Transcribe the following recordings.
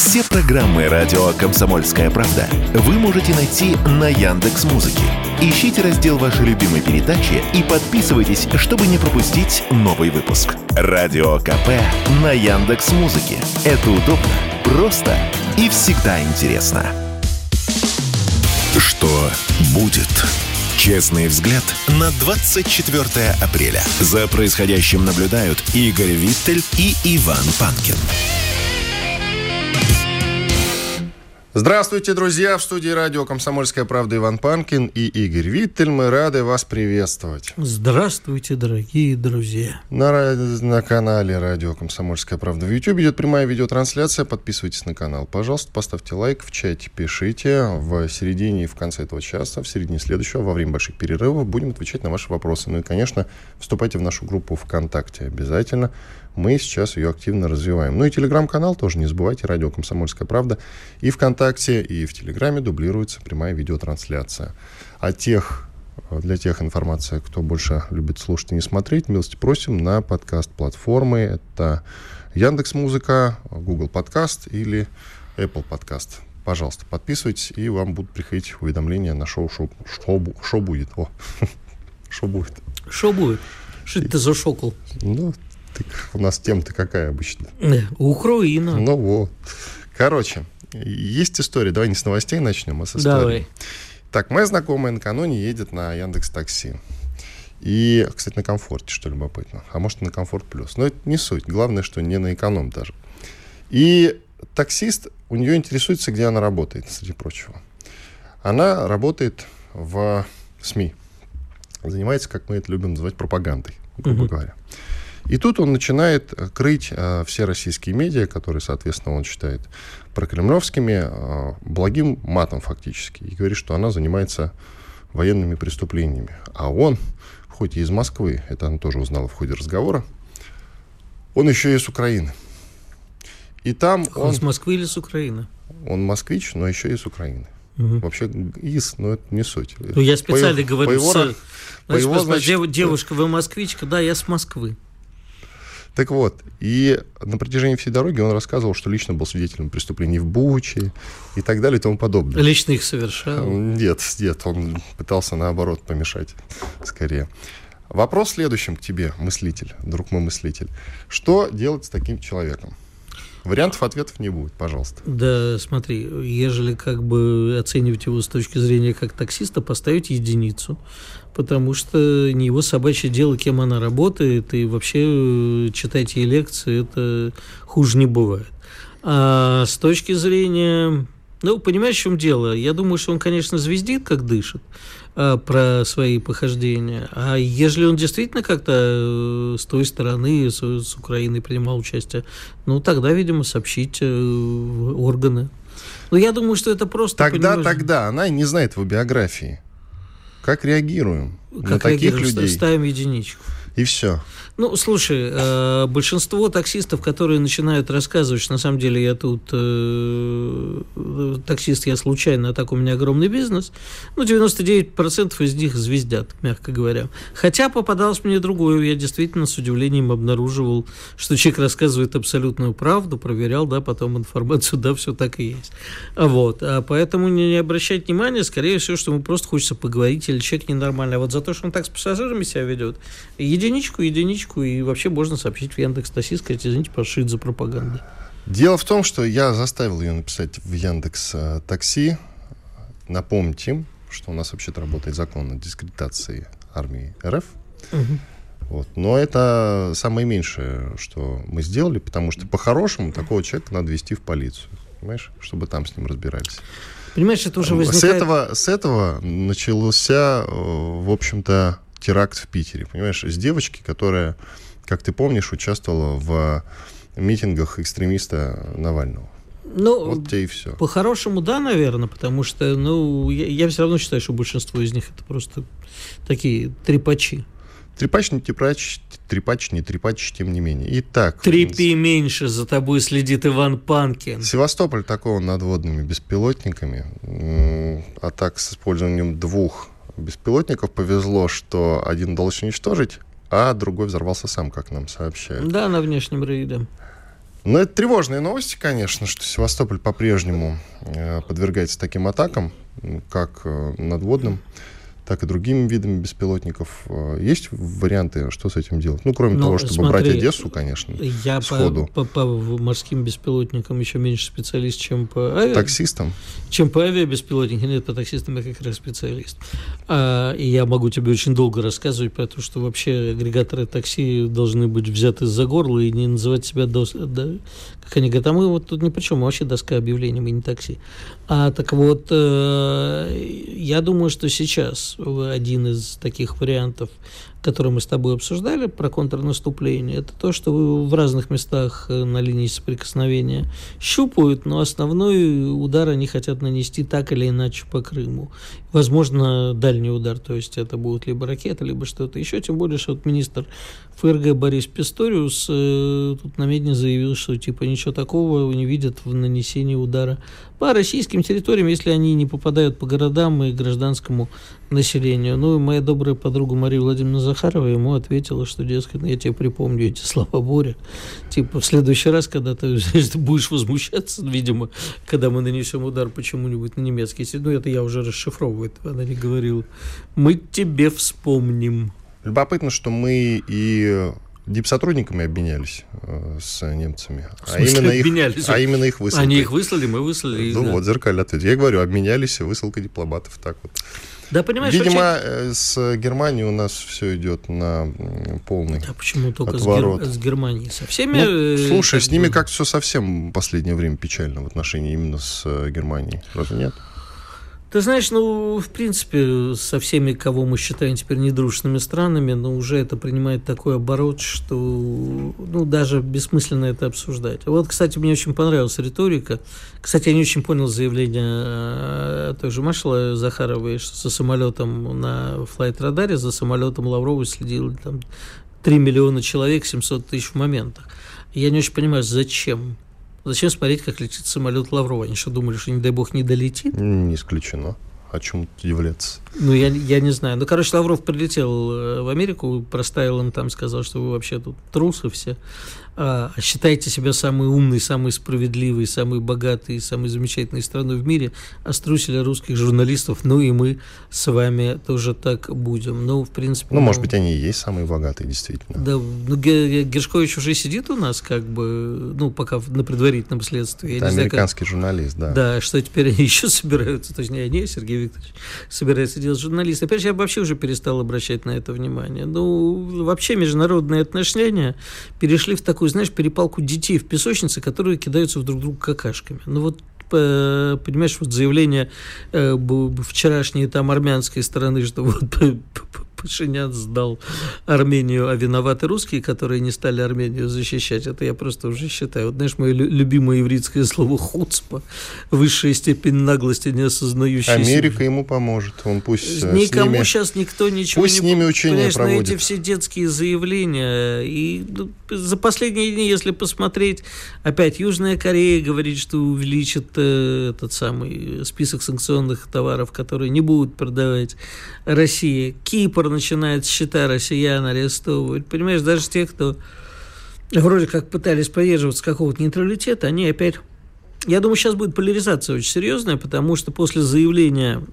Все программы радио «Комсомольская правда» вы можете найти на Яндекс.Музыке. Ищите раздел вашей любимой передачи и подписывайтесь, чтобы не пропустить новый выпуск. Радио КП на Яндекс.Музыке. Это удобно, просто и всегда интересно. Что будет? Честный взгляд на 24 апреля. За происходящим наблюдают Игорь Виттель и Иван Панкин. Здравствуйте, друзья! В студии радио «Комсомольская правда» Иван Панкин и Игорь Виттель. Мы рады вас приветствовать. Здравствуйте, дорогие друзья. На канале радио «Комсомольская правда» в YouTube идет прямая видеотрансляция. Подписывайтесь на канал, пожалуйста, поставьте лайк, в чате пишите. В середине и в конце этого часа, в середине следующего, во время больших перерывов будем отвечать на ваши вопросы. Ну и, конечно, вступайте в нашу группу ВКонтакте обязательно. Мы сейчас ее активно развиваем. Ну и телеграм-канал тоже не забывайте. Радио «Комсомольская правда». И ВКонтакте, и в Телеграме дублируется прямая видеотрансляция. Для тех информация, кто больше любит слушать и не смотреть, милости просим на подкаст-платформы. Это Яндекс.Музыка, Google Подкаст или Apple Подкаст. Пожалуйста, подписывайтесь, и вам будут приходить уведомления на шоу будет. Шо будет? Что это за шокол? Ну, у нас тема-то какая обычно? Украина. Ну вот. Короче, есть история. Давай не с новостей начнем, а с истории. Давай. Так, моя знакомая накануне едет на Яндекс.Такси. И, кстати, на Комфорте, что любопытно. А может, на Комфорт Плюс. Но это не суть. Главное, что не на эконом даже. И таксист, у нее интересуется, где она работает, среди прочего. Она работает в СМИ. Занимается, как мы это любим называть, пропагандой, грубо говоря. И тут он начинает крыть все российские медиа, которые, соответственно, он считает прокремлевскими, благим матом фактически. И говорит, что она занимается военными преступлениями. А он, хоть и из Москвы, это она тоже узнала в ходе разговора, он еще и с Украины. И там он с Москвы или с Украины? Он москвич, но еще и с Украины. Вообще но это не суть. Ну, я специально говорю, девушка, вы москвичка? Да, я с Москвы. Так вот, и на протяжении всей дороги он рассказывал, что лично был свидетелем преступлений в Буче и так далее и тому подобное. Лично их совершал? Нет, он пытался, наоборот, помешать скорее. Вопрос в следующем к тебе, мыслитель, друг мой мыслитель. Что делать с таким человеком? Вариантов ответов не будет, пожалуйста. Да, смотри, ежели как бы оценивать его с точки зрения как таксиста, поставить единицу, потому что не его собачье дело, кем она работает, и вообще читать ей лекции, это хуже не бывает. А с точки зрения... Ну, понимаешь, в чем дело? Я думаю, что он, конечно, звездит, как дышит, про свои похождения. А ежели он действительно как-то с той стороны, с Украиной принимал участие, ну, тогда, видимо, сообщить в органы. Но я думаю, что это просто... Тогда она не знает его биографии. Как реагируем на таких людей? Ставим единичку. И все. Ну, слушай, большинство таксистов, которые начинают рассказывать, что на самом деле я тут таксист, я случайно, а так у меня огромный бизнес, 99% из них звездят, мягко говоря. Хотя попадалось мне другое, я действительно с удивлением обнаруживал, что человек рассказывает абсолютную правду, проверял, да, потом информацию, да, все так и есть. Вот, поэтому не обращать внимания, скорее всего, что ему просто хочется поговорить, или человек ненормальный. А вот за то, что он так с пассажирами себя ведет, единичку, и вообще можно сообщить в Яндекс.Такси, сказать, извините, пошить за пропагандой. Дело в том, что я заставил ее написать в Яндекс.Такси, напомнить им, что у нас вообще-то работает закон о дискредитации армии РФ. Вот. Но это самое меньшее, что мы сделали, потому что по-хорошему такого человека надо вести в полицию, понимаешь, чтобы там с ним разбирались. Понимаешь, это уже возникает... С этого начался, в общем-то, теракт в Питере, понимаешь, с девочки, которая, как ты помнишь, участвовала в митингах экстремиста Навального. Ну, вот тебе и все. По-хорошему, да, наверное, потому что, я все равно считаю, что большинство из них это просто такие трепачи. Трепач, не трепач, тем не менее. Итак. Трепи меньше, за тобой следит Иван Панкин. Севастополь атакован надводными беспилотниками. Атак с использованием 2 беспилотников. Повезло, что один удалось уничтожить, а другой взорвался сам, как нам сообщают. Да, на внешнем рейде. Ну, это тревожные новости, конечно, что Севастополь по-прежнему подвергается таким атакам, как надводным, так и другими видами беспилотников. Есть варианты, что с этим делать? Ну, кроме того, чтобы брать Одессу, конечно, я сходу. по морским беспилотникам еще меньше специалист, чем по авиа. Таксистам? Чем по авиабеспилотникам. Нет, по таксистам я как раз специалист. И я могу тебе очень долго рассказывать про то, что вообще агрегаторы такси должны быть взяты за горло и не называть себя как они говорят, а мы вот тут ни при чем, мы вообще доска объявлений, мы не такси. Так вот, я думаю, что сейчас один из таких вариантов, который мы с тобой обсуждали про контрнаступление, это то, что в разных местах на линии соприкосновения щупают, но основной удар они хотят нанести так или иначе по Крыму. Возможно, дальний удар, то есть это будут либо ракеты, либо что-то еще, тем более, что вот министр ФРГ Борис Писториус тут намедни заявил, что типа ничего такого не видят в нанесении удара по российским территориям, если они не попадают по городам и гражданскому населению. Ну и моя добрая подруга Мария Владимировна Захарова ему ответила, что, дескать, я тебе припомню эти слова Боря. Типа, в следующий раз, когда ты будешь возмущаться, видимо, когда мы нанесем удар почему-нибудь на немецкий язык, ну это я уже расшифровываю, она не говорила, мы тебе вспомним. Любопытно, что мы и дипсотрудниками обменялись с немцами. Именно их выслали. Они их выслали, мы выслали. Ну вот, зеркальный ответ. Я говорю, обменялись, высылка дипломатов. Так вот. Да, понимаешь, видимо, с Германией у нас все идет на полный отворот. Почему только с Германией? Со всеми... слушай, с ними как-то все совсем в последнее время печально в отношении именно с Германией. Разве нет? Ты знаешь, в принципе, со всеми, кого мы считаем теперь недружественными странами, уже это принимает такой оборот, что, даже бессмысленно это обсуждать. Вот, кстати, мне очень понравилась риторика. Кстати, я не очень понял заявление той же маршала Захаровой, что со самолетом на флайт-радаре, за самолетом Лаврова следили там 3 миллиона человек, 700 тысяч в моментах. Я не очень понимаю, зачем? Зачем смотреть, как летит самолет Лаврова? Они что, думали, что, не дай бог, не долетит? Не исключено. О чем тут удивляться? Я не знаю. Лавров прилетел в Америку, проставил им там, сказал, что вы вообще тут трусы все. Считаете себя самой умной, самой справедливой, самой богатой, самой замечательной страной в мире, струсили русских журналистов, и мы с вами тоже так будем. В принципе... может быть, они и есть самые богатые, действительно. Да, Гершкович уже сидит у нас, пока на предварительном следствии. Это американский журналист, да. Да, что теперь они еще собираются, точнее, они, Сергей Викторович, собирается делать журналист. Опять же, я вообще уже перестал обращать на это внимание. Вообще международные отношения перешли в такую, перепалку детей в песочнице, которые кидаются в друг друга какашками. Понимаешь, заявление вчерашней там армянской стороны, что Пашинян сдал Армению, а виноваты русские, которые не стали Армению защищать. Это я просто уже считаю. Мое любимое ивритское слово «хуцпа», высшая степень наглости, не осознающей. Америка ему поможет. Он пусть никому сейчас никто ничего пусть не... с ними учения проводит. Эти все детские заявления. И за последние дни, если посмотреть, опять Южная Корея говорит, что увеличит этот самый список санкционных товаров, которые не будут продавать Россия. Кипр начинает счета россиян арестовывать. Понимаешь, даже те, кто вроде как пытались придерживаться какого-то нейтралитета, они опять... Я думаю, сейчас будет поляризация очень серьезная, потому что после заявления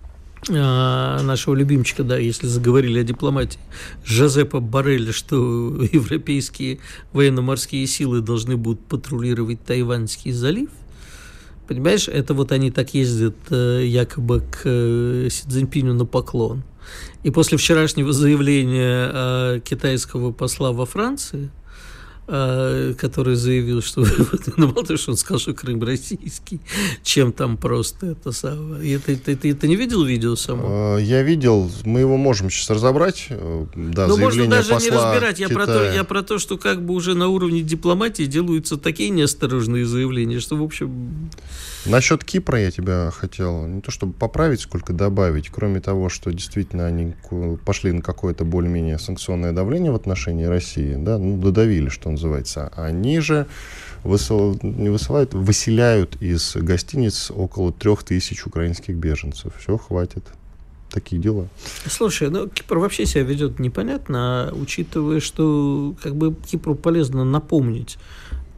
нашего любимчика, если заговорили о дипломатии, Жозепа Борреля, что европейские военно-морские силы должны будут патрулировать Тайваньский залив, понимаешь, это они так ездят якобы к Си Цзиньпиню на поклон. И после вчерашнего заявления китайского посла во Франции, который заявил, что мало того, что он сказал, что Крым российский, чем там просто это самое. Ты не видел видео само? Я видел, мы его можем сейчас разобрать. Да, можно даже не разбирать. Китая. Я про то, что уже на уровне дипломатии делаются такие неосторожные заявления, что, в общем... Насчет Кипра я тебя хотел не то чтобы поправить, сколько добавить. Кроме того, что действительно они пошли на какое-то более-менее санкционное давление в отношении России, додавили, что называется. Они же выселяют из гостиниц около 3000 украинских беженцев. Все, хватит. Такие дела. Слушай, Кипр вообще себя ведет непонятно, учитывая, что Кипру полезно напомнить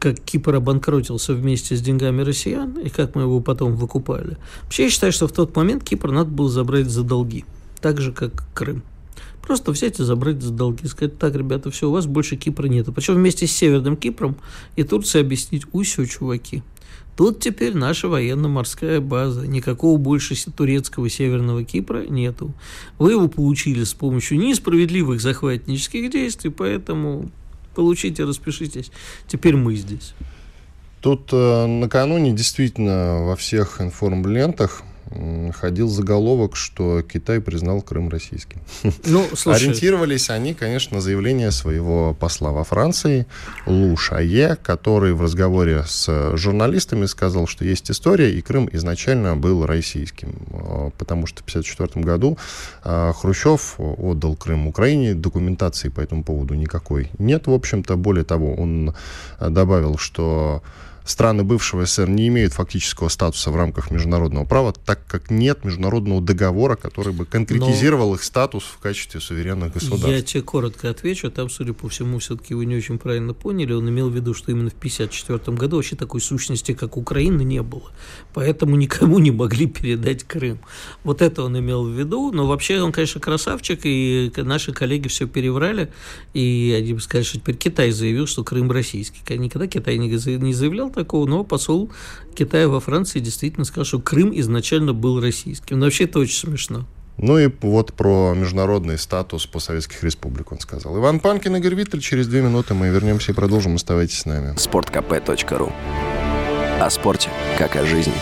как Кипр обанкротился вместе с деньгами россиян, и как мы его потом выкупали. Вообще, я считаю, что в тот момент Кипр надо было забрать за долги, так же, как Крым. Просто взять и забрать за долги, сказать: так, ребята, все, у вас больше Кипра нет. Причем вместе с Северным Кипром и Турцией объяснить: все, чуваки, тут теперь наша военно-морская база, никакого больше турецкого Северного Кипра нету. Вы его получили с помощью несправедливых захватнических действий, поэтому получите, распишитесь, теперь мы здесь. Тут накануне действительно во всех информлентах ходил заголовок, что Китай признал Крым российским. Ну, слушай, ориентировались они, конечно, на заявление своего посла во Франции Лу Шае, который в разговоре с журналистами сказал, что есть история, и Крым изначально был российским, потому что в 1954 году Хрущев отдал Крым Украине, документации по этому поводу никакой нет, в общем-то. Более того, он добавил, что страны бывшего СССР не имеют фактического статуса в рамках международного права, так как нет международного договора, который бы конкретизировал их статус в качестве суверенных государств. Я тебе коротко отвечу. Там, судя по всему, все-таки вы не очень правильно поняли. Он имел в виду, что именно в 1954 году вообще такой сущности, как Украина, не было. Поэтому никому не могли передать Крым. Вот это он имел в виду. Но вообще он, конечно, красавчик, и наши коллеги все переврали. И они бы сказали, что теперь Китай заявил, что Крым российский. Никогда Китай не заявлял такого, но посол Китая во Франции действительно сказал, что Крым изначально был российским. Но вообще это очень смешно. Ну и вот про международный статус постсоветских республик он сказал. Иван Панкин, Игорь Виттель. Через 2 минуты мы вернемся и продолжим. Оставайтесь с нами. sportkp.ru. О спорте, как о жизни.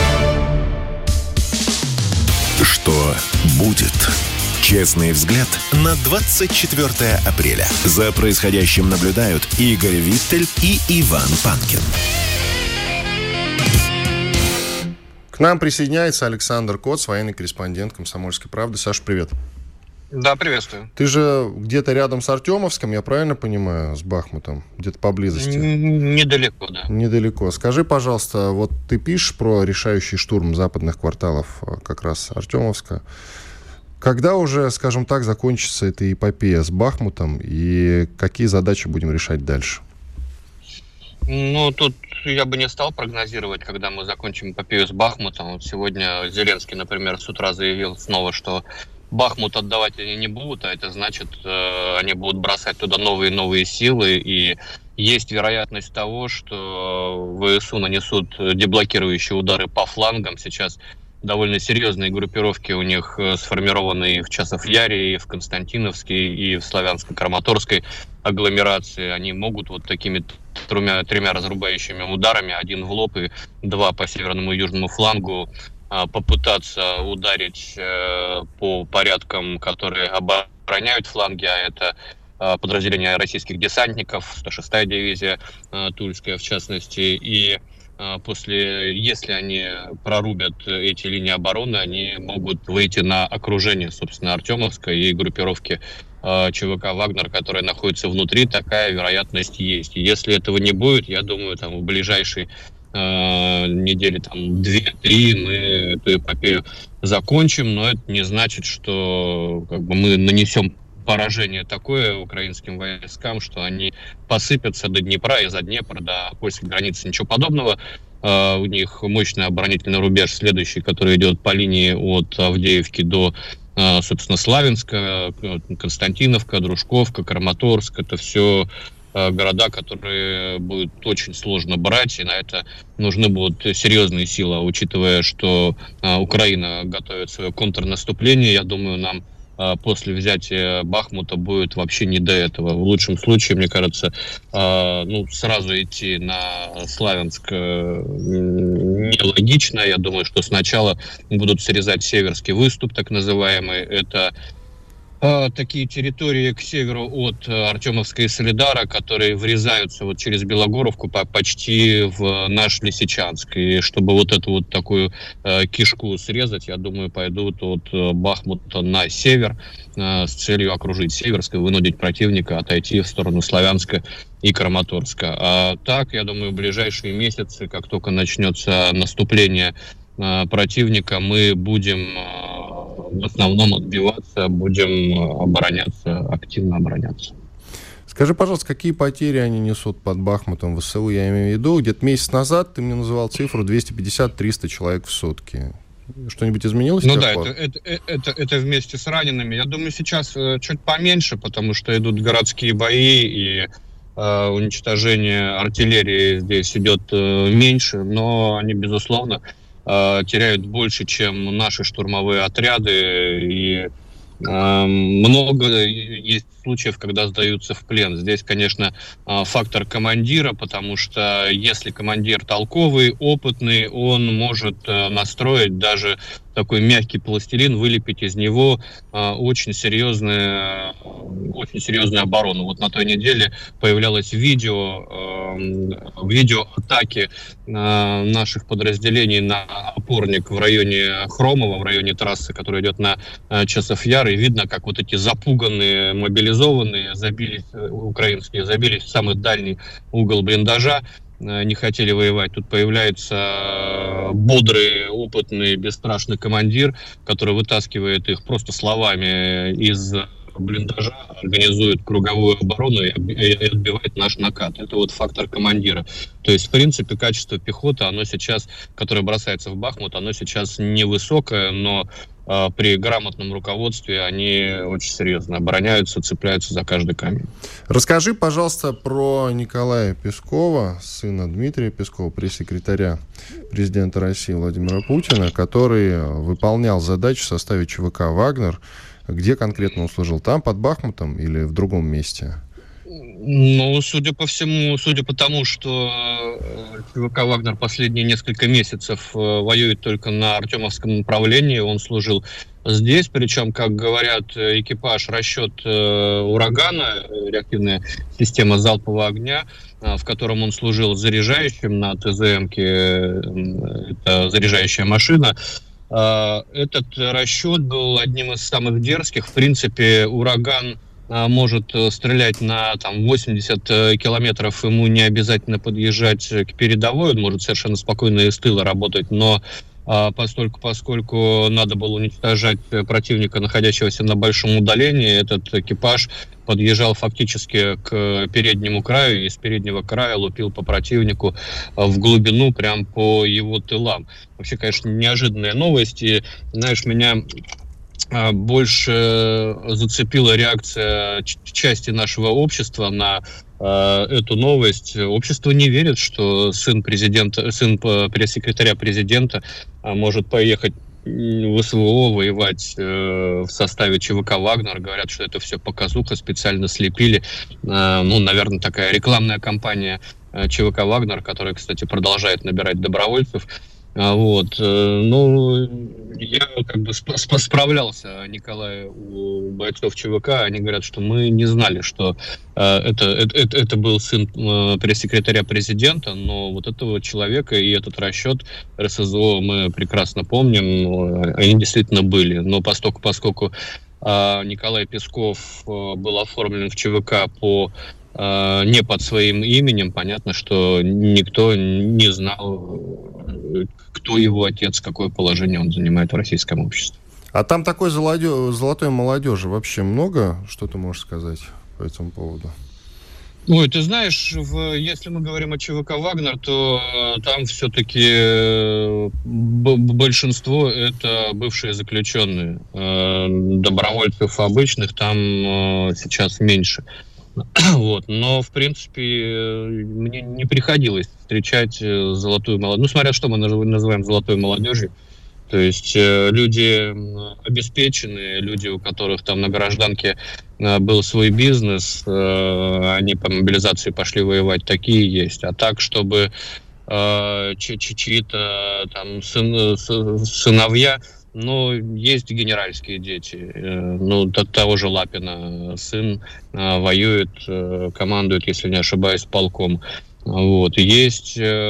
Что будет? Честный взгляд на 24 апреля. За происходящим наблюдают Игорь Виттель и Иван Панкин. К нам присоединяется Александр Коц, военный корреспондент «Комсомольской правды». Саша, привет. Да, приветствую. Ты же где-то рядом с Артемовском, я правильно понимаю, с Бахмутом? Где-то поблизости? Недалеко, да. Недалеко. Скажи, пожалуйста, вот ты пишешь про решающий штурм западных кварталов как раз Артемовска. Когда уже, скажем так, закончится эта эпопея с Бахмутом и какие задачи будем решать дальше? Ну, тут я бы не стал прогнозировать, когда мы закончим эпопею с Бахмутом. Вот сегодня Зеленский, например, с утра заявил снова, что Бахмут отдавать они не будут, а это значит, они будут бросать туда новые и новые силы, и есть вероятность того, что ВСУ нанесут деблокирующие удары по флангам. Сейчас довольно серьезные группировки у них сформированы и в Часов-Яре, и в Константиновске, и в Славянско-Краматорской агломерации. Они могут вот такими тремя разрубающими ударами, 1 в лоб и 2 по северному и южному флангу, попытаться ударить по порядкам, которые обороняют фланги, а это подразделения российских десантников, 106-я дивизия Тульская в частности, и если они прорубят эти линии обороны, они могут выйти на окружение, собственно, Артемовска и группировки ЧВК «Вагнер», которые находятся внутри. Такая вероятность есть. Если этого не будет, я думаю, там в ближайшие недели 2-3 мы эту эпопею закончим, но это не значит, что мы нанесем поражение такое украинским войскам, что они посыпятся до Днепра и за Днепр до польской границы. Ничего подобного. У них мощный оборонительный рубеж следующий, который идет по линии от Авдеевки до, собственно, Славянска, Константиновка, Дружковка, Краматорск. Это все города, которые будет очень сложно брать, и на это нужны будут серьезные силы. Учитывая, что Украина готовит свое контрнаступление, я думаю, нам после взятия Бахмута будет вообще не до этого. В лучшем случае, мне кажется, сразу идти на Славянск нелогично. Я думаю, что сначала будут срезать Северский выступ, так называемый. Это такие территории к северу от Артемовска и Солидара, которые врезаются вот через Белогоровку почти в наш Лисичанск. И чтобы вот эту вот такую кишку срезать, я думаю, пойдут от Бахмута на север с целью окружить Северск и вынудить противника отойти в сторону Славянска и Краматорска. А так, я думаю, в ближайшие месяцы, как только начнется наступление противника, мы будем в основном отбиваться, будем обороняться, активно обороняться. Скажи, пожалуйста, какие потери они несут под Бахмутом, ВСУ, я имею в виду? Где-то месяц назад ты мне называл цифру 250-300 человек в сутки. Что-нибудь изменилось с тех пор? Это вместе с ранеными. Я думаю, сейчас чуть поменьше, потому что идут городские бои, и уничтожение артиллерии здесь идет меньше, но они, безусловно, теряют больше, чем наши штурмовые отряды, и много есть случаев, когда сдаются в плен. Здесь, конечно, фактор командира, потому что если командир толковый, опытный, он может настроить даже такой мягкий пластилин, вылепить из него очень серьезную оборону. Вот на той неделе появлялось видео атаки наших подразделений на опорник в районе Хромова, в районе трассы, которая идет на Часов Яр, и видно, как вот эти запуганные мобилизованные украинские забились в самый дальний угол блиндажа, не хотели воевать. Тут появляется бодрый, опытный, бесстрашный командир, который вытаскивает их просто словами из блиндажа, организует круговую оборону и отбивает наш накат. Это вот фактор командира. То есть, в принципе, качество пехоты, оно сейчас, которое бросается в Бахмут, оно сейчас невысокое, но при грамотном руководстве они очень серьезно обороняются, цепляются за каждый камень. Расскажи, пожалуйста, про Николая Пескова, сына Дмитрия Пескова, пресс-секретаря президента России Владимира Путина, который выполнял задачи в составе ЧВК «Вагнер». Где конкретно он служил? Там, под Бахмутом, или в другом месте? Ну, судя по тому, что ЧВК «Вагнер» последние несколько месяцев воюет только на Артемовском направлении, он служил здесь, причем, как говорят, экипаж, расчет «Урагана», реактивная система залпового огня, в котором он служил заряжающим на ТЗМ-ке, это заряжающая машина. Этот расчет был одним из самых дерзких. В принципе, «Ураган» может стрелять на 80 километров, ему не обязательно подъезжать к передовой, он может совершенно спокойно из тыла работать, но поскольку надо было уничтожать противника, находящегося на большом удалении, этот экипаж подъезжал фактически к переднему краю, и с переднего края лупил по противнику в глубину, прям по его тылам. Вообще, конечно, неожиданные новости. Знаешь, меня больше зацепила реакция части нашего общества на эту новость. Общество не верит, что сын пресс-секретаря президента может поехать в СВО воевать в составе ЧВК «Вагнер». Говорят, что это все показуха, специально слепили. Наверное, такая рекламная кампания ЧВК «Вагнер», которая, кстати, продолжает набирать добровольцев. Я справлялся, Николай, у бойцов ЧВК, они говорят, что мы не знали, что это был сын пресс-секретаря президента, но вот этого человека и этот расчет РСЗО мы прекрасно помним, они действительно были. Но поскольку Николай Песков был оформлен в ЧВК не под своим именем, понятно, что никто не знал, кто его отец, какое положение он занимает в российском обществе. А там такой золотой молодежи вообще много? Что ты можешь сказать по этому поводу? Ой, ты знаешь, если мы говорим о ЧВК «Вагнер», то там все-таки большинство это бывшие заключенные. Добровольцев обычных там сейчас меньше. Но, в принципе, мне не приходилось встречать золотую молодежь. Смотря что мы называем золотой молодежью. То есть люди обеспеченные, люди, у которых там на гражданке был свой бизнес, они по мобилизации пошли воевать, такие есть. А так, чтобы чьи-то там сыновья... есть генеральские дети. Того же Лапина сын воюет, командует, если не ошибаюсь, полком. Есть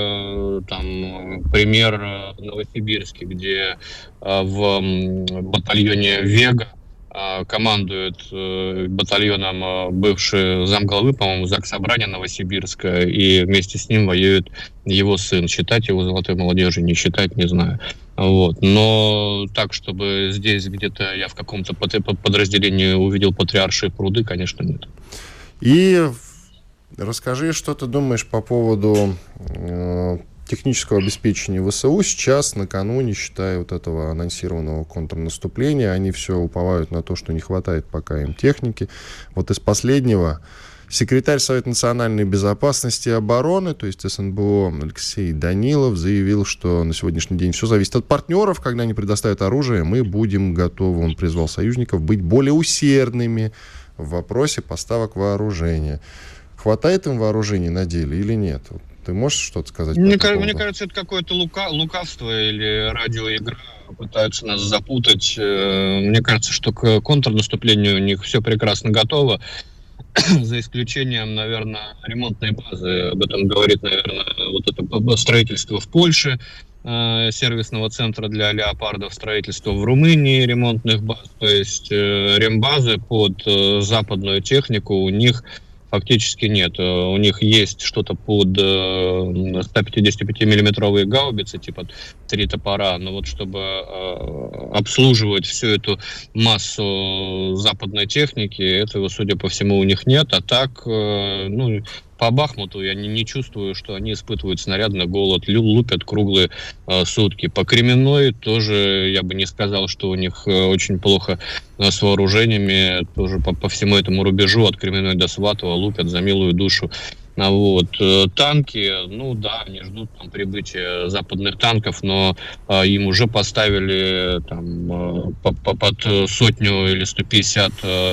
пример в Новосибирске, где в батальоне «Вега» командует батальоном бывший замглавы, по-моему, Заксобрания Новосибирска, и вместе с ним воюет его сын. Считать его золотой молодежью, не считать, не знаю. Но так, чтобы здесь где-то я в каком-то подразделении увидел патриаршие пруды, конечно, нет. И расскажи, что ты думаешь по поводу технического обеспечения ВСУ. Сейчас, накануне, считая вот этого анонсированного контрнаступления, они все уповают на то, что не хватает пока им техники. Вот из последнего секретарь Совета национальной безопасности и обороны, то есть СНБО, Алексей Данилов, заявил, что на сегодняшний день все зависит от партнеров. Когда они предоставят оружие, мы будем готовы, он призвал союзников, быть более усердными в вопросе поставок вооружения. Хватает им вооружений на деле или нет? Ты можешь что-то сказать? Мне кажется, это какое-то лукавство или радиоигра. Пытаются нас запутать. Мне кажется, что к контрнаступлению у них все прекрасно готово. За исключением, наверное, ремонтной базы. Об этом говорит, наверное, вот это строительство в Польше, сервисного центра для леопардов, строительство в Румынии ремонтных баз. То есть рембазы под западную технику у них фактически нет. У них есть что-то под 155-миллиметровые гаубицы, типа 3 топора, но вот чтобы обслуживать всю эту массу западной техники, этого, судя по всему, у них нет. А так, по Бахмуту я не чувствую, что они испытывают снарядный голод, лупят круглые сутки. По Кременной тоже я бы не сказал, что у них очень плохо с вооружениями. Тоже по всему этому рубежу от Кременной до Сватова лупят за милую душу. Вот. Танки, они ждут там прибытия западных танков, но им уже поставили там под 100 или 150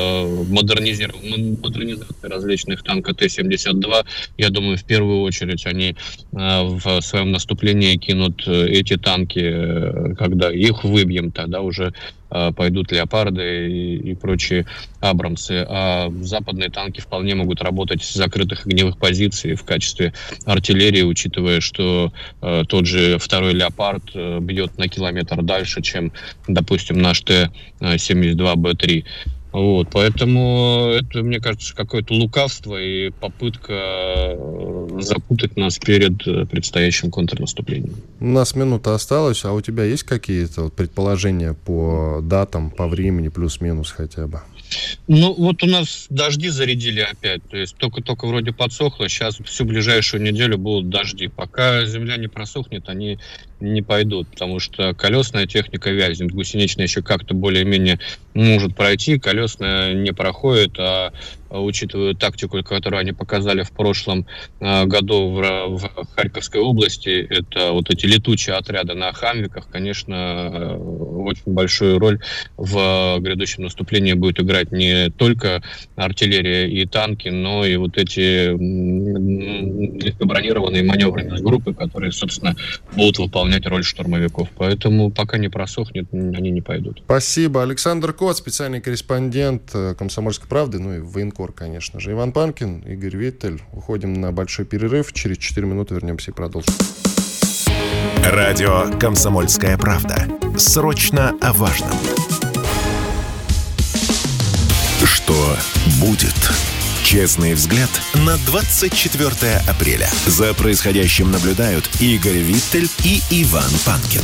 модернизаций различных танков Т-72. Я думаю, в первую очередь они в своем наступлении кинут эти танки, когда их выбьем, тогда уже пойдут леопарды и прочие абрамсы. А западные танки вполне могут работать с закрытых огневых позиций в качестве артиллерии, учитывая, что тот же второй леопард бьет на километр дальше, чем, допустим, наш Т-72Б3. Вот, поэтому это, мне кажется, какое-то лукавство и попытка запутать нас перед предстоящим контрнаступлением. У нас минута осталась, а у тебя есть какие-то предположения по датам, по времени, плюс-минус хотя бы? Вот у нас дожди зарядили опять, то есть только вроде подсохло, сейчас всю ближайшую неделю будут дожди. Пока земля не просохнет, они не пойдут, потому что колесная техника вязнет, гусеничная еще как-то более-менее может пройти, колесная не проходит, а учитывая тактику, которую они показали в прошлом году в Харьковской области, это вот эти летучие отряды на хамвиках, конечно, очень большую роль в грядущем наступлении будет играть не только артиллерия и танки, но и вот эти легкобронированные маневренные группы, которые, собственно, будут выполнять роль штурмовиков. Поэтому пока не просохнет, они не пойдут. Спасибо. Александр Кот, специальный корреспондент «Комсомольской правды», и военкор, конечно же. Иван Панкин, Игорь Виттель. Уходим на большой перерыв. Через 4 минуты вернемся и продолжим. Радио «Комсомольская правда». Срочно о важном. Что будет? Честный взгляд на 24 апреля. За происходящим наблюдают Игорь Виттель и Иван Панкин.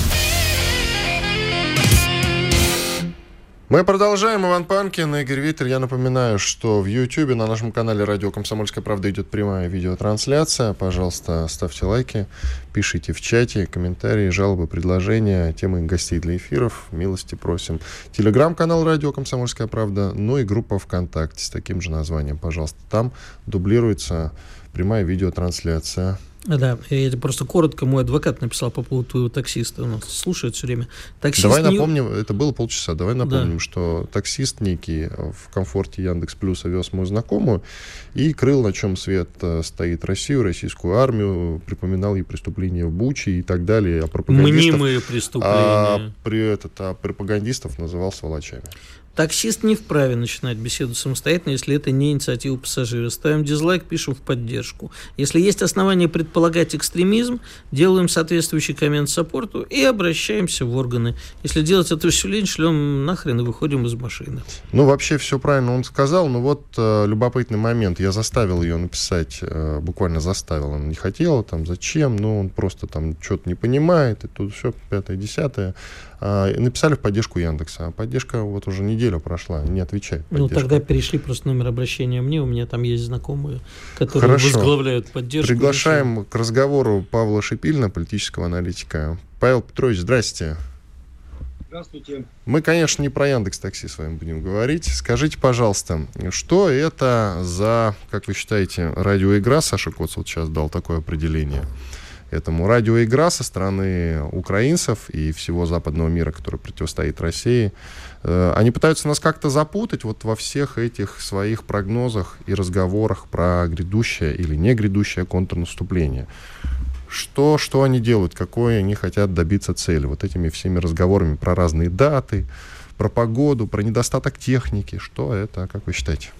Мы продолжаем. Иван Панкин, Игорь Виттель. Я напоминаю, что в YouTube на нашем канале «Радио Комсомольская правда» идет прямая видеотрансляция. Пожалуйста, ставьте лайки, пишите в чате комментарии, жалобы, предложения, темы гостей для эфиров. Милости просим. Телеграм-канал «Радио Комсомольская правда», и группа ВКонтакте с таким же названием. Пожалуйста, там дублируется прямая видеотрансляция. Да, я просто коротко, мой адвокат написал по поводу твоего таксиста, он слушает все время. Таксист давай напомним, это было полчаса, давай напомним, что таксист некий в комфорте Яндекс.Плюса вез мою знакомую и крыл, на чем свет стоит Россию, российскую армию, припоминал ей преступления в Буче и так далее. Мнимые преступления. А пропагандистов называл сволочами. Таксист не вправе начинать беседу самостоятельно, если это не инициатива пассажира. Ставим дизлайк, пишем в поддержку. Если есть основания предполагать экстремизм, делаем соответствующий коммент саппорту и обращаемся в органы. Если делать это все лень, шлем нахрен и выходим из машины. Вообще все правильно он сказал, но любопытный момент. Я заставил ее написать, буквально заставил. Она не хотела, зачем, он просто что-то не понимает, и тут все, 5-10. Написали в поддержку Яндекса. А поддержка уже неделю неделя прошла, не отвечает поддержка. Ну, тогда перешли просто номер обращения мне, у меня там есть знакомые, которые возглавляют поддержку. Приглашаем к разговору Павла Шипилина, политического аналитика. Павел Петрович, здрасте. Здравствуйте. Мы, конечно, не про Яндекс.Такси с вами будем говорить. Скажите, пожалуйста, что это за, как вы считаете, радиоигра? Саша Коц вот сейчас дал такое определение этому. Радиоигра со стороны украинцев и всего западного мира, который противостоит России. Они пытаются нас как-то запутать вот во всех этих своих прогнозах и разговорах про грядущее или не грядущее контрнаступление. Что они делают, какой они хотят добиться цели вот этими всеми разговорами про разные даты, про погоду, про недостаток техники. Что это, как вы считаете?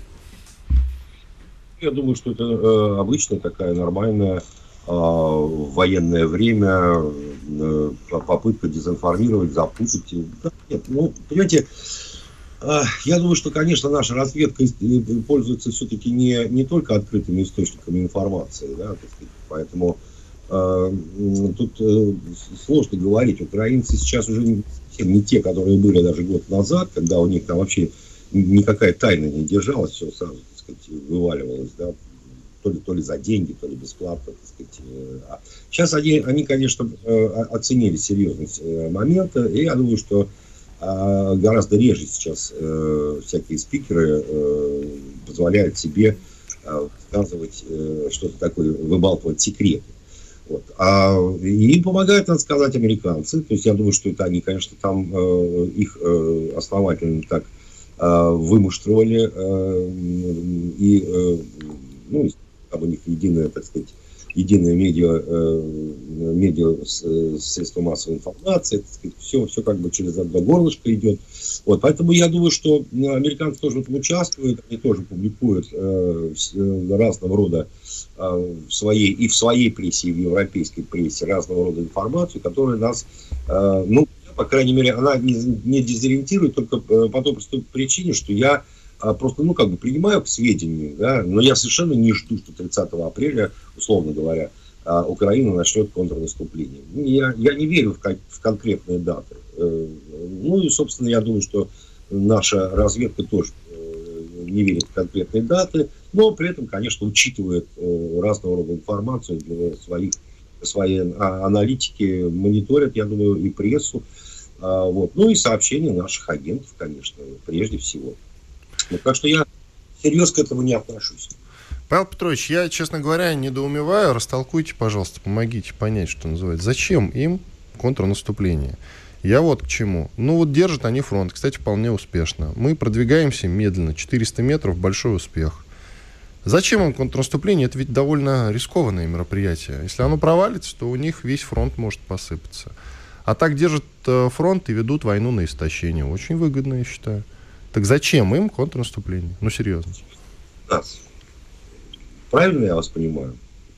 Я думаю, что это обычная такая нормальная военное время попытка дезинформировать, запутать. Нет, понимаете, я думаю, что, конечно, наша разведка пользуется все-таки не только открытыми источниками информации, да, так сказать, поэтому тут сложно говорить. Украинцы сейчас уже не те, которые были даже год назад, когда у них там вообще никакая тайна не держалась, все сразу, так сказать, вываливалось, да, то ли за деньги, то ли бесплатно, так сказать. Сейчас они, конечно, оценили серьезность момента, и я думаю, что гораздо реже сейчас всякие спикеры позволяют себе сказывать что-то такое, выбалтывать секреты. Вот. И им помогают, надо сказать, американцы. То есть я думаю, что это они, конечно, там их основательно так вымуштровали. И там у них единое, так сказать, единое медиа средство массовой информации, так сказать, все как бы через одно горлышко идет. Вот, поэтому я думаю, что американцы тоже в этом участвуют, они тоже публикуют разного рода в своей прессе, и в европейской прессе разного рода информацию, которая нас, по крайней мере, она не дезориентирует только по той простой причине, что я просто, принимаю к сведению, да, но я совершенно не жду, что 30 апреля, условно говоря, Украина начнет контрнаступление. Я не верю в конкретные даты. И, собственно, я думаю, что наша разведка тоже не верит в конкретные даты, но при этом, конечно, учитывает разного рода информацию для своей аналитики, мониторят, я думаю, и прессу, и сообщения наших агентов, конечно, прежде всего. Так что я серьезно к этому не отношусь. Павел Петрович, я, честно говоря, недоумеваю. Растолкуйте, пожалуйста, помогите понять, что называется. Зачем им контрнаступление? Я вот к чему. Держат они фронт, кстати, вполне успешно. Мы продвигаемся медленно, 400 метров, большой успех. Зачем им контрнаступление? Это ведь довольно рискованное мероприятие. Если оно провалится, то у них весь фронт может посыпаться. А так держат фронт и ведут войну на истощение. Очень выгодно, я считаю. Так зачем им контрнаступление? Серьезно. Правильно я вас понимаю?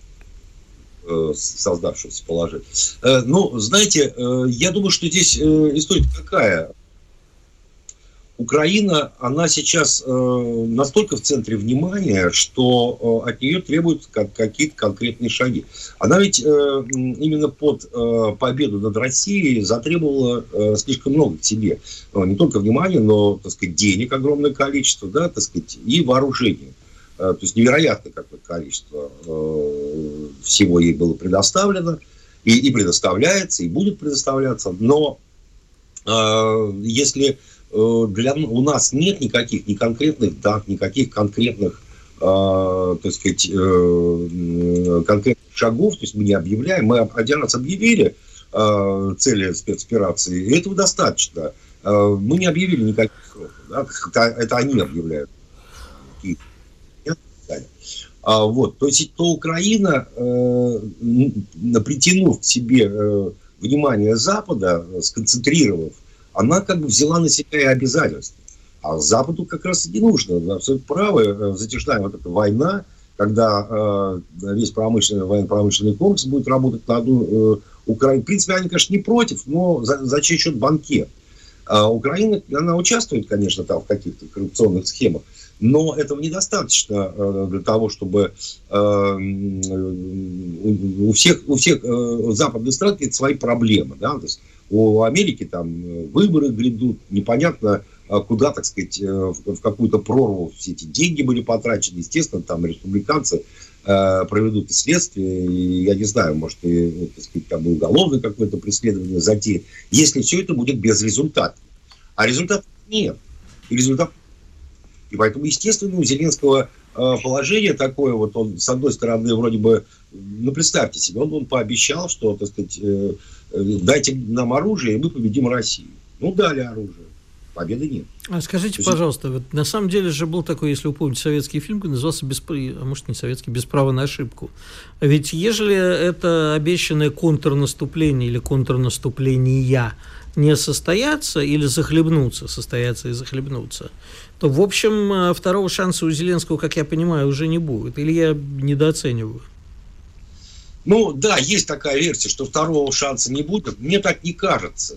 Создавшееся положение. Знаете, я думаю, что здесь история какая? Украина, она сейчас настолько в центре внимания, что от нее требуют какие-то конкретные шаги. Она ведь именно под победу над Россией затребовала слишком много к себе. Не только внимания, но, так сказать, денег огромное количество, да, так сказать, и вооружения. То есть невероятное какое количество всего ей было предоставлено, и предоставляется, и будет предоставляться. Но если у нас нет никаких ни конкретных дат, никаких конкретных, так сказать, конкретных шагов, то есть мы не объявляем, мы один раз объявили цели спецоперации, и этого достаточно. Мы не объявили никаких сроков, да? Это они объявляют. То есть то Украина, притянув к себе внимание Запада, сконцентрировав, она как бы взяла на себя и обязательства. А Западу как раз и не нужно. Вы абсолютно правы. Затяжная вот эта война, когда весь военно-промышленный комплекс будет работать на одну Украину. В принципе, они, конечно, не против, но за чей счет банкет. Украина, она участвует, конечно, там в каких-то коррупционных схемах, но этого недостаточно для того, чтобы у всех западных стран есть свои проблемы. Да? То есть у Америки там выборы грядут, непонятно, куда, так сказать, в какую-то прорву все эти деньги были потрачены. Естественно, там республиканцы проведут и следствие, и, я не знаю, может, и, так сказать, там уголовное какое-то преследование затеять, если все это будет без результата. А результатов нет. И поэтому, естественно, у Зеленского положение такое, вот он, с одной стороны, вроде бы, ну, представьте себе, он пообещал, что, так сказать, дайте нам оружие, и мы победим Россию. Ну, дали оружие. Победы нет. А скажите, пожалуйста, вот на самом деле же был такой, если вы помните, советский фильм, назывался а может не советский, «Без права на ошибку». А ведь ежели это обещанное контрнаступление или контрнаступления не состоятся или состоятся и захлебнутся, то, в общем, второго шанса у Зеленского, как я понимаю, уже не будет. Или я недооцениваю? Ну, да, есть такая версия, что второго шанса не будет. Мне так не кажется.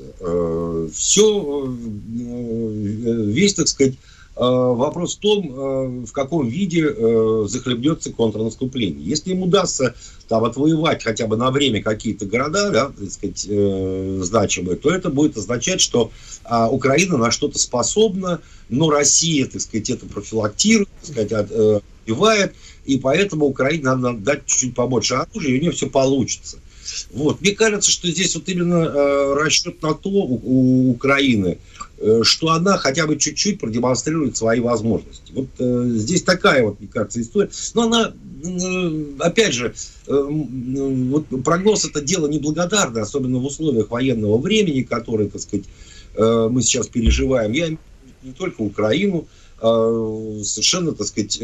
Весь, так сказать, вопрос в том, в каком виде захлебнется контрнаступление. Если им удастся там отвоевать хотя бы на время какие-то города, да, так сказать, значимые, то это будет означать, что Украина на что-то способна, но Россия, так сказать, это профилактирует, так сказать, отбивает, и поэтому Украине надо дать чуть-чуть побольше оружия, и у нее все получится. Вот. Мне кажется, что здесь вот именно расчет на то у Украины, что она хотя бы чуть-чуть продемонстрирует свои возможности. Вот здесь такая вот, мне кажется, история. Но она, опять же, вот прогноз — это дело неблагодарное, особенно в условиях военного времени, которое, так сказать, мы сейчас переживаем. Я не только Украину, совершенно, так сказать,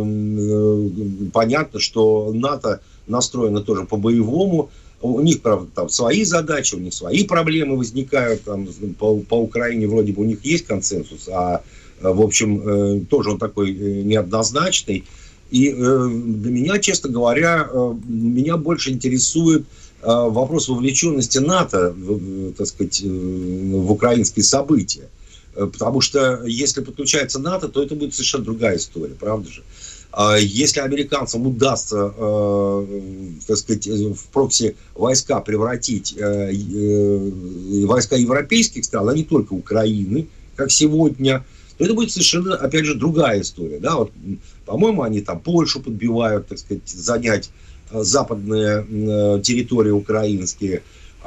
понятно, что НАТО настроено тоже по-боевому. У них, правда, там свои задачи, у них свои проблемы возникают. Там, по Украине вроде бы у них есть консенсус, а, в общем, тоже он такой неоднозначный. И для меня, честно говоря, меня больше интересует вопрос вовлеченности НАТО, так сказать, в украинские события. Потому что если подключается НАТО, то это будет совершенно другая история, правда же? Если американцам удастся, так сказать, в прокси войска превратить войска европейских стран, а не только Украины, как сегодня, то это будет совершенно, опять же, другая история. Да? Вот, по-моему, они там Польшу подбивают, так сказать, занять западные территории украинские.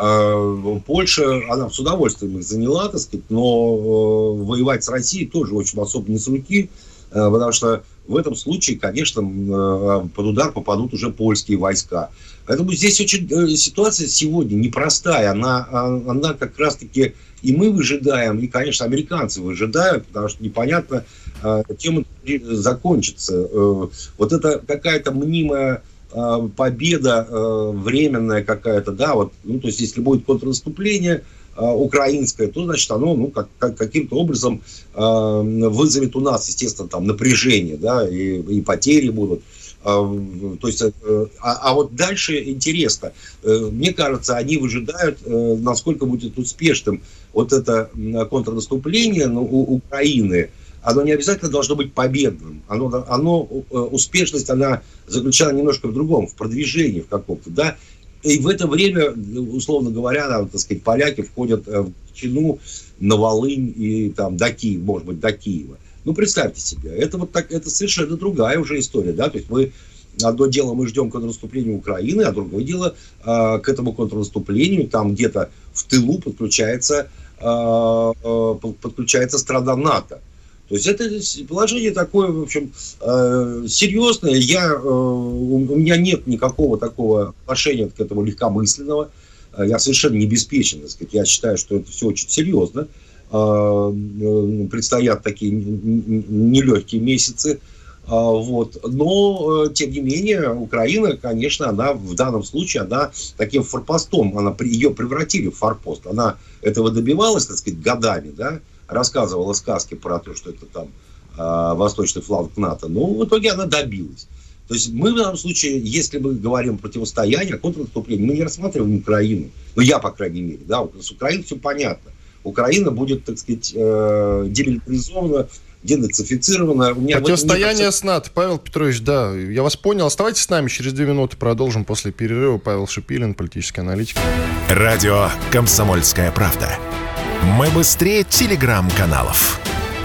Польша, она с удовольствием их заняла, так сказать, но воевать с Россией тоже очень особо не с руки, потому что в этом случае, конечно, под удар попадут уже польские войска. Поэтому здесь очень ситуация сегодня непростая. Она как раз-таки и мы выжидаем, и, конечно, американцы выжидают, потому что непонятно, чем это закончится. Вот это какая-то мнимая победа временная какая-то, да, вот, ну, то есть, если будет контрнаступление украинское, то, значит, оно, ну, каким-то образом вызовет у нас, естественно, там, напряжение, да, и потери будут. То есть, а вот дальше интересно. Мне кажется, они выжидают, насколько будет успешным вот это контрнаступление у Украины. Оно не обязательно должно быть победным. Успешность, она заключена немножко в другом, в продвижении в каком-то, да. И в это время, условно говоря, там, так сказать, поляки входят в Чечню, на Волынь и там до Киева, может быть, до Киева. Ну, представьте себе, это вот так, это совершенно другая уже история, да, то есть одно дело мы ждем контрнаступления Украины, а другое дело к этому контрнаступлению там где-то в тылу подключается страна НАТО. То есть это положение такое, в общем, серьезное. У меня нет никакого такого отношения к этому легкомысленного. Я совершенно не беспечен, так сказать. Я считаю, что это все очень серьезно. Предстоят такие нелегкие месяцы. Вот. Но, тем не менее, Украина, конечно, она в данном случае, она таким форпостом, ее превратили в форпост. Она этого добивалась, так сказать, годами, да, рассказывала сказки про то, что это там восточный фланг НАТО. Но в итоге она добилась. То есть мы в данном случае, если мы говорим о противостоянии, о контрнаступлении, мы не рассматриваем Украину. Ну, я, по крайней мере, да, вот с Украиной все понятно. Украина будет, так сказать, демилитаризована, денацифицирована. Противостояние с НАТО. Павел Петрович, да, я вас понял. Оставайтесь с нами, через 2 минуты продолжим после перерыва. Павел Шипилин, политический аналитик. Радио «Комсомольская правда». Мы быстрее телеграм-каналов.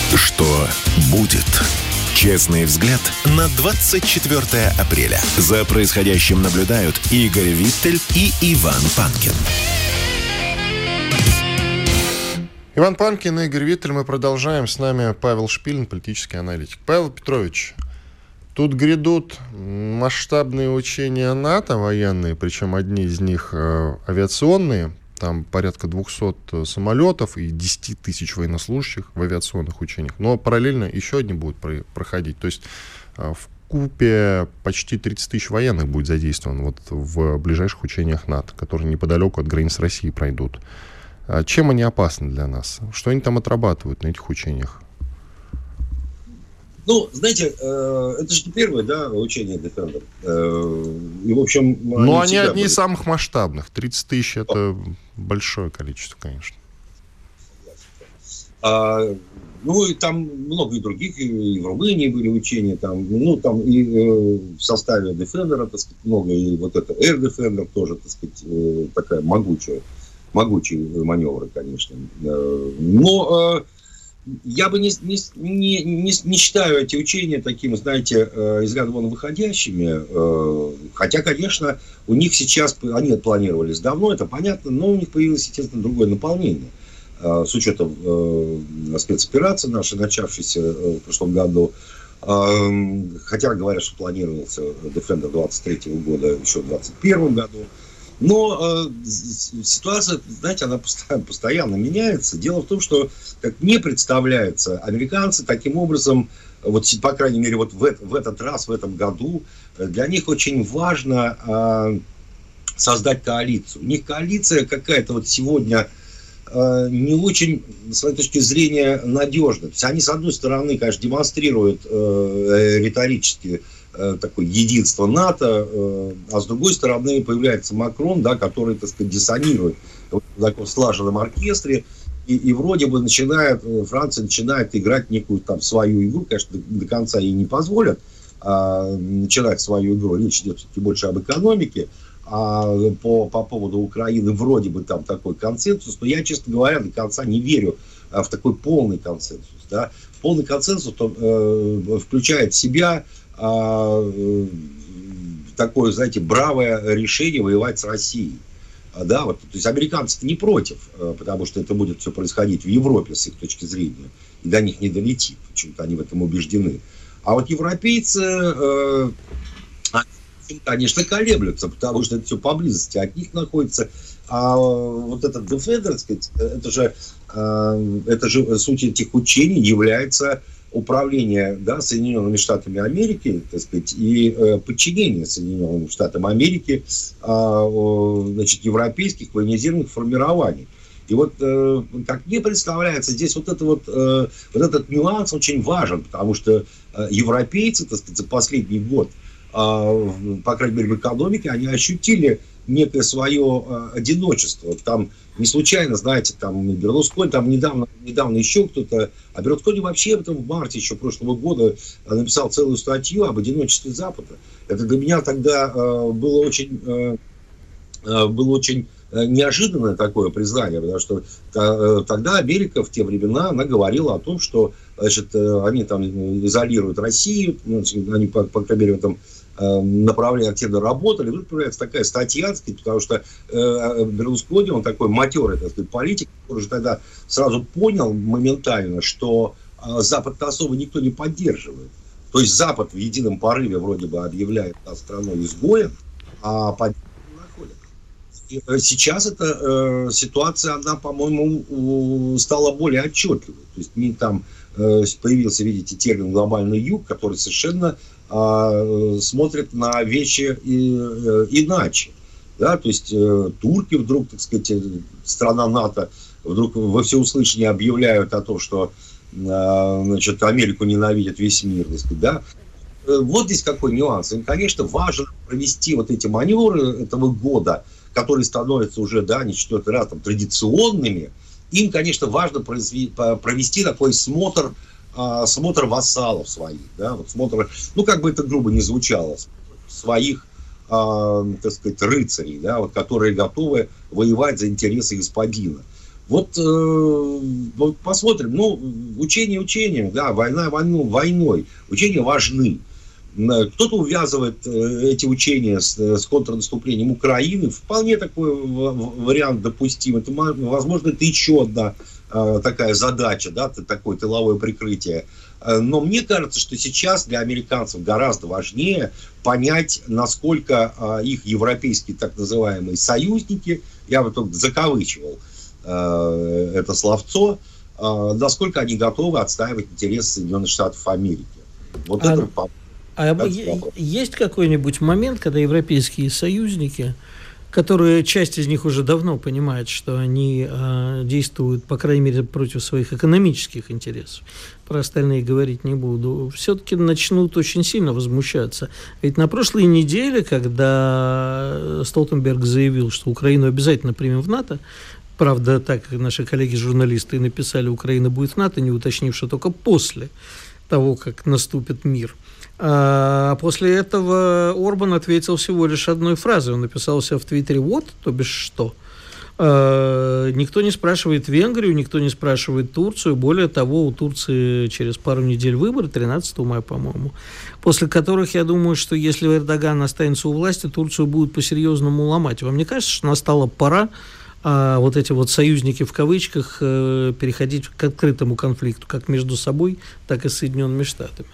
Что будет? Честный взгляд на 24 апреля. За происходящим наблюдают Игорь Виттель и Иван Панкин. Иван Панкин и Игорь Виттель. Мы продолжаем. С нами Павел Шпилин, политический аналитик. Павел Петрович, тут грядут масштабные учения НАТО военные, причем одни из них авиационные. Там порядка 200 самолетов и 10 тысяч военнослужащих в авиационных учениях. Но параллельно еще одни будут проходить. То есть в купе почти 30 тысяч военных будет задействовано вот в ближайших учениях НАТО, которые неподалеку от границ России пройдут. Чем они опасны для нас? Что они там отрабатывают на этих учениях? Ну, знаете, это же не первое, да, учение Defender. И, в общем... Ну, они одни из самых масштабных. 30 тысяч — это большое количество, конечно. Ну, и там много и других, и в Румынии были учения, там, ну, там и в составе Defender, так сказать, много, и вот это Air Defender тоже, так сказать, такая могучие маневры, конечно. Но... Я бы не считаю эти учения такими, знаете, из ряда вон выходящими. Хотя, конечно, у них сейчас, они планировались давно, это понятно, но у них появилось, естественно, другое наполнение. С учетом спецоперации нашей, начавшейся в прошлом году. Хотя говорят, что планировался Defender 23 года еще в 2021 году. Но ситуация, знаете, она постоянно меняется. Дело в том, что, как мне представляется, американцы таким образом, вот, по крайней мере, вот в этот раз, в этом году, для них очень важно создать коалицию. У них коалиция какая-то вот сегодня не очень, с своей точки зрения, надежная. То есть они, с одной стороны, конечно, демонстрируют риторически такое единство НАТО, а с другой стороны появляется Макрон, да, который, так сказать, диссонирует в таком слаженном оркестре, и вроде бы Франция начинает играть некую там свою игру, конечно, до конца ей не позволят начинать свою игру, речь идет все-таки больше об экономике, а по поводу Украины вроде бы там такой консенсус, но я, честно говоря, до конца не верю в такой полный консенсус. Да? Полный консенсус включает в себя такое, знаете, бравое решение воевать с Россией. Да, вот, то есть американцы не против, потому что это будет все происходить в Европе с их точки зрения, и до них не долетит, почему-то они в этом убеждены. А вот европейцы, конечно, колеблются, потому что это все поблизости от них находится. А вот этот Defender, сказать, это же суть этих учений является управление, да, Соединенными Штатами Америки, так сказать, и подчинение Соединенным Штатам Америки, значит, европейских военизированных формирований. И вот, как мне представляется, здесь вот этот нюанс очень важен, потому что европейцы, так сказать, за последний год, по крайней мере, в экономике, они ощутили некое свое одиночество. Там не случайно, знаете, там Берлускони, там недавно еще кто-то, а Берлускони вообще в марте еще прошлого года написал целую статью об одиночестве Запада. Это для меня тогда было очень неожиданное такое признание, потому что тогда Америка в те времена, она говорила о том, что, значит, они там изолируют Россию, значит, они, по крайней мере, в этом направлении активно работали. Тут появляется такая статья, так сказать, потому что Берлускони, он такой матерый, так сказать, политик, который же тогда сразу понял моментально, что Запад особо никто не поддерживает. То есть Запад в едином порыве вроде бы объявляет нас страной изгоем, а поддержку не находит. И сейчас эта ситуация, она, по-моему, стала более отчетливой. То есть там появился, видите, термин «глобальный юг», который совершенно смотрят на вещи иначе. Да? То есть турки вдруг, так сказать, страна НАТО, вдруг во всеуслышание объявляют о том, что, значит, Америку ненавидит весь мир. Так сказать, да? Вот здесь какой нюанс. Им, конечно, важно провести вот эти маневры этого года, которые становятся уже, да, не четвертый раз там, традиционными. Им, конечно, важно провести такой смотр вассалов своих, да, вот смотр, ну, как бы это грубо не звучало, своих, так сказать, рыцарей, да, вот, которые готовы воевать за интересы господина. Вот посмотрим. Ну, учения учением, да, война войной. Учения важны. Кто-то увязывает эти учения с контрнаступлением Украины. Вполне такой вариант допустим. Это, возможно, это еще одна такая задача, да, такое тыловое прикрытие. Но мне кажется, что сейчас для американцев гораздо важнее понять, насколько их европейские так называемые союзники, я вот только закавычивал это словцо, насколько они готовы отстаивать интересы Соединенных Штатов Америки. Вот это есть какой-нибудь момент, когда европейские союзники, которые, часть из них уже давно понимает, что они действуют, по крайней мере, против своих экономических интересов, про остальные говорить не буду, все-таки начнут очень сильно возмущаться. Ведь на прошлой неделе, когда Столтенберг заявил, что Украину обязательно примем в НАТО, правда, так наши коллеги-журналисты написали, Украина будет в НАТО, не уточнив, что только после того, как наступит мир. А после этого Орбан ответил всего лишь одной фразой. Он написал у себя в Твиттере «вот», то бишь что. Никто не спрашивает Венгрию, никто не спрашивает Турцию. Более того, у Турции через пару недель выборы, 13 мая, по-моему, после которых, я думаю, что если Эрдоган останется у власти, Турцию будут по-серьезному ломать. Вам не кажется, что настала пора вот эти вот союзники в кавычках переходить к открытому конфликту, как между собой, так и с Соединенными Штатами?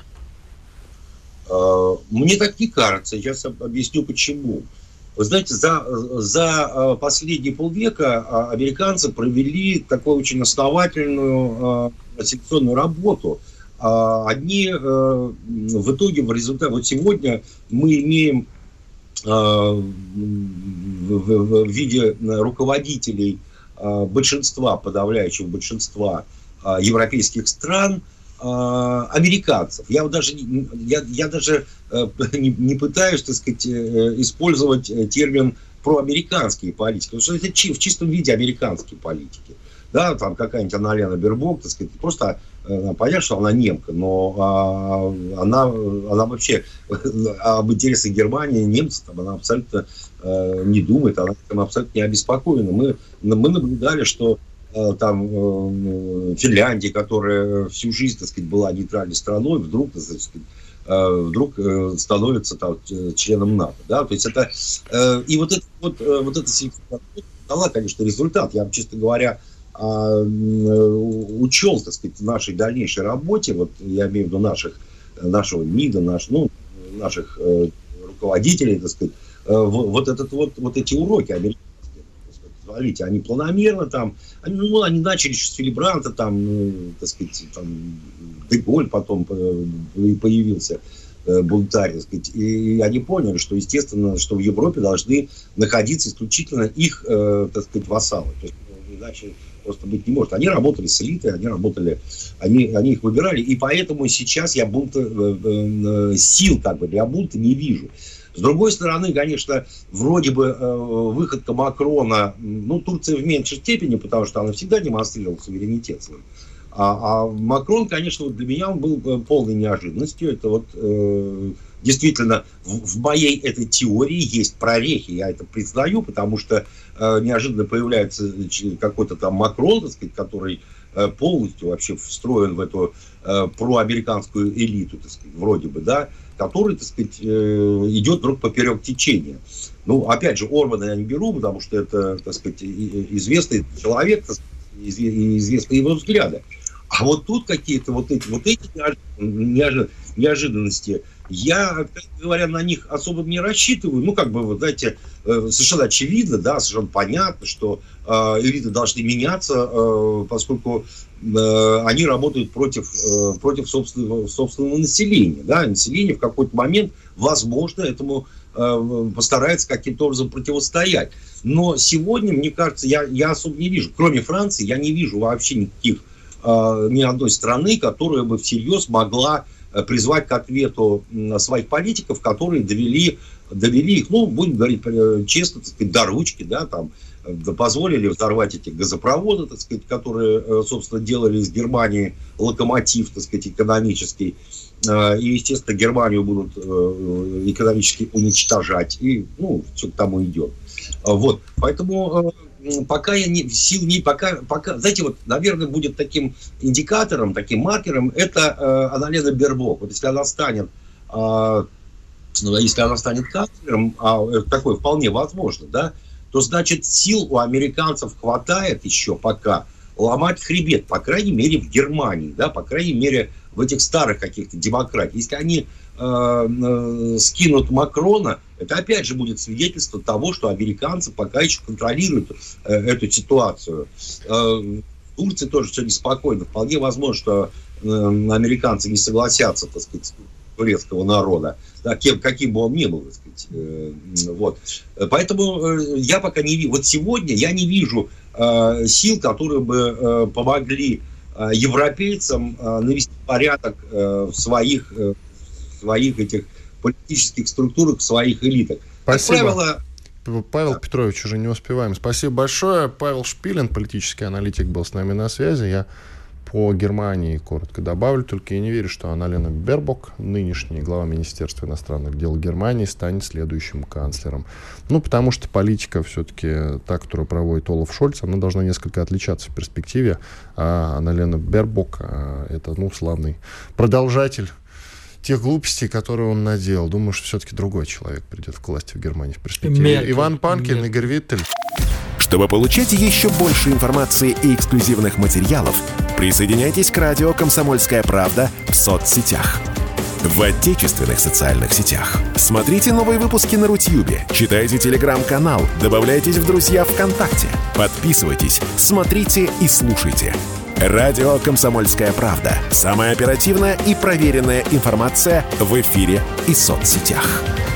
Мне так не кажется. Я сейчас объясню, почему. Вы знаете, за последние полвека американцы провели такую очень основательную селекционную работу. Они в итоге, в результате, вот сегодня мы имеем в виде руководителей большинства, подавляющего большинства европейских стран, американцев. Я даже не пытаюсь, так сказать, использовать термин проамериканские политики, потому что это в чистом виде американские политики. Да, там какая-нибудь Анна-Лена Бербок, так сказать, просто понятно, что она немка, но она вообще об интересах Германии, немцев, там, она абсолютно не думает, она там абсолютно не обеспокоена. Мы наблюдали, что там Финляндия, которая всю жизнь, так сказать, была нейтральной страной, вдруг становится там членом НАТО, да, то есть это и вот эта селекция дала, конечно, результат. Я, честно говоря, учел, так сказать, в нашей дальнейшей работе, вот я имею в виду нашего МИДа, наших руководителей, так сказать, вот эти уроки американские. Смотрите, они планомерно там, они начали еще с Филибранта, там, так сказать, там, Де-Голь потом появился, бунтарь, так сказать, и они поняли, что, естественно, что в Европе должны находиться исключительно их, так сказать, вассалы. То есть, иначе просто быть не может. Они работали с элитой, они их выбирали, и поэтому сейчас я сил как бы для бунта не вижу. С другой стороны, конечно, вроде бы выходка Макрона, Турция в меньшей степени, потому что она всегда демонстрировала суверенитет свой. А Макрон, конечно, для меня он был полной неожиданностью. Это вот действительно в моей этой теории есть прорехи, я это признаю, потому что неожиданно появляется какой-то там Макрон, так сказать, который полностью вообще встроен в эту проамериканскую элиту, так сказать, вроде бы, да, который, так сказать, идет вдруг поперек течения. Опять же, Орбана я не беру, потому что это, так сказать, известный человек, так сказать, известны его взгляды. А вот тут какие-то вот эти неожиданности, я, как говоря, на них особо не рассчитываю. Вы знаете, совершенно очевидно, да, совершенно понятно, что элиты должны меняться, поскольку они работают против собственного населения. Да? Население в какой-то момент, возможно, этому постарается каким-то образом противостоять. Но сегодня, мне кажется, я особо не вижу, кроме Франции, я не вижу вообще ни одной страны, которая бы всерьез могла призвать к ответу своих политиков, которые довели их, будем говорить честно, так сказать, до ручки, да, там, позволили взорвать эти газопроводы, так сказать, которые, собственно, делали из Германии локомотив, так сказать, экономический. И, естественно, Германию будут экономически уничтожать. И, все к тому идет. Вот. Поэтому пока я пока, знаете, вот, наверное, будет таким индикатором, таким маркером, это Анна-Лена Бербок. Вот если она станет канцлером, такое вполне возможно, да, то, значит, сил у американцев хватает еще пока ломать хребет, по крайней мере, в Германии, да, по крайней мере, в этих старых каких-то демократиях. Если они скинут Макрона, это опять же будет свидетельство того, что американцы пока еще контролируют эту ситуацию. В Турции тоже все неспокойно. Вполне возможно, что американцы не согласятся, так сказать, турецкого народа, да, каким бы он ни был, так сказать. Вот. Поэтому я пока не вижу. Вот сегодня я не вижу сил, которые бы помогли европейцам навести порядок в своих этих политических структурах, в своих элитах. Спасибо. Павел Петрович, уже не успеваем. Спасибо большое. Павел Шпилин, политический аналитик, был с нами на связи. Я по Германии коротко добавлю, только я не верю, что Анна-Лена Бербок, нынешний глава Министерства иностранных дел Германии, станет следующим канцлером. Потому что политика все-таки та, которую проводит Олаф Шольц, она должна несколько отличаться в перспективе. А Анна-Лена Бербок это, славный продолжатель тех глупостей, которые он наделал. Думаю, что все-таки другой человек придет к власти в Германии в перспективе. Иван Панкин, Игорь Виттель. Чтобы получать еще больше информации и эксклюзивных материалов, присоединяйтесь к радио «Комсомольская правда» в соцсетях. В отечественных социальных сетях. Смотрите новые выпуски на Рутьюбе, читайте телеграм-канал, добавляйтесь в друзья ВКонтакте, подписывайтесь, смотрите и слушайте. Радио «Комсомольская правда». Самая оперативная и проверенная информация в эфире и соцсетях.